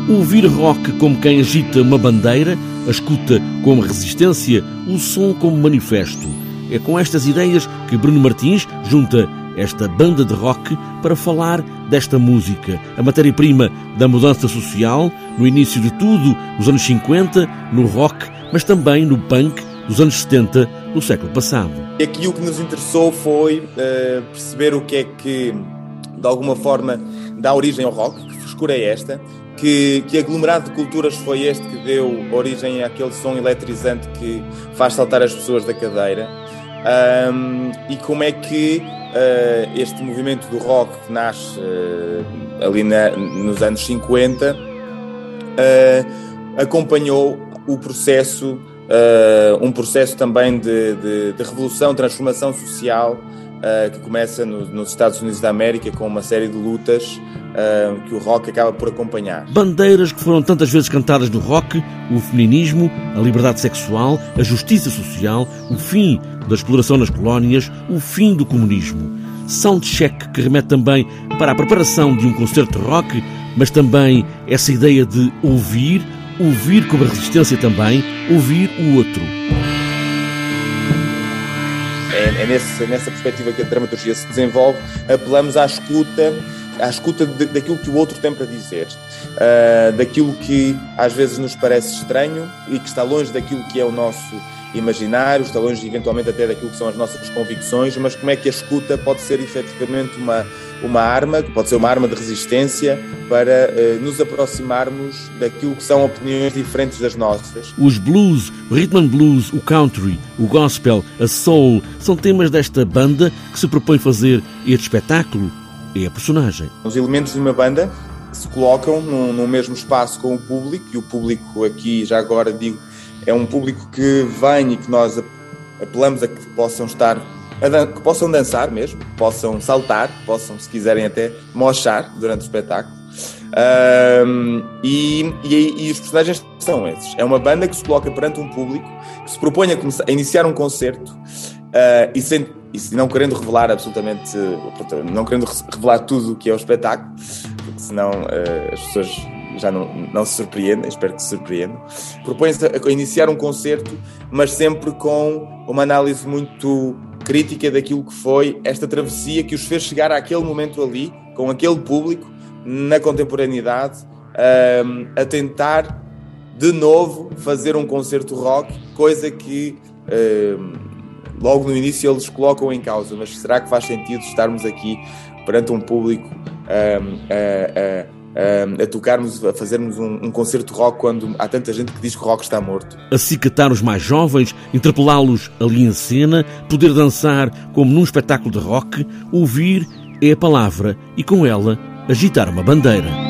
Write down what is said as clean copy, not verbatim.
Ouvir rock como quem agita uma bandeira, a escuta como resistência, o som como manifesto. É com estas ideias que Bruno Martins junta esta banda de rock para falar desta música, a matéria-prima da mudança social, no início de tudo, nos anos 50, no rock, mas também no punk dos anos 70, do século passado. Aqui o que nos interessou foi perceber o que é que, de alguma forma, dá origem ao rock, que frescura é esta, que aglomerado de culturas foi este que deu origem àquele som eletrizante que faz saltar as pessoas da cadeira, e como é que este movimento do rock que nasce ali nos anos 50 acompanhou o processo, um processo também de revolução, transformação social, que começa nos Estados Unidos da América com uma série de lutas que o rock acaba por acompanhar. Bandeiras que foram tantas vezes cantadas no rock, o feminismo, a liberdade sexual, a justiça social, o fim da exploração nas colónias, o fim do comunismo. Soundcheck, que remete também para a preparação de um concerto de rock, mas também essa ideia de ouvir como resistência também, ouvir o outro. É nessa perspectiva que a dramaturgia se desenvolve. Apelamos à escuta daquilo que o outro tem para dizer, daquilo que às vezes nos parece estranho e que está longe daquilo que é o nosso imaginário, está longe eventualmente até daquilo que são as nossas convicções, mas como é que a escuta pode ser efetivamente uma arma, pode ser uma arma de resistência para nos aproximarmos daquilo que são opiniões diferentes das nossas. Os blues, o rhythm and blues, o country, o gospel, a soul, são temas desta banda que se propõe fazer este espetáculo. É a personagem. Os elementos de uma banda se colocam no mesmo espaço com o público, e o público aqui, já agora digo, é um público que vem e que nós apelamos a que possam que possam dançar mesmo, que possam saltar, que possam, se quiserem, até mochar durante o espetáculo. E os personagens são esses. É uma banda que se coloca perante um público, que se propõe a iniciar um concerto, e não querendo revelar absolutamente, não querendo revelar tudo o que é o espetáculo, porque senão as pessoas já não se surpreendem, espero que se surpreendam. Propõe-se a iniciar um concerto, mas sempre com uma análise muito crítica daquilo que foi esta travessia que os fez chegar àquele momento ali, com aquele público, na contemporaneidade, a tentar de novo fazer um concerto rock, coisa que logo no início eles colocam em causa. Mas será que faz sentido estarmos aqui perante um público a tocarmos, a fazermos um concerto rock quando há tanta gente que diz que o rock está morto? Acicatar os mais jovens, interpelá-los ali em cena, poder dançar como num espetáculo de rock, ouvir é a palavra e com ela agitar uma bandeira.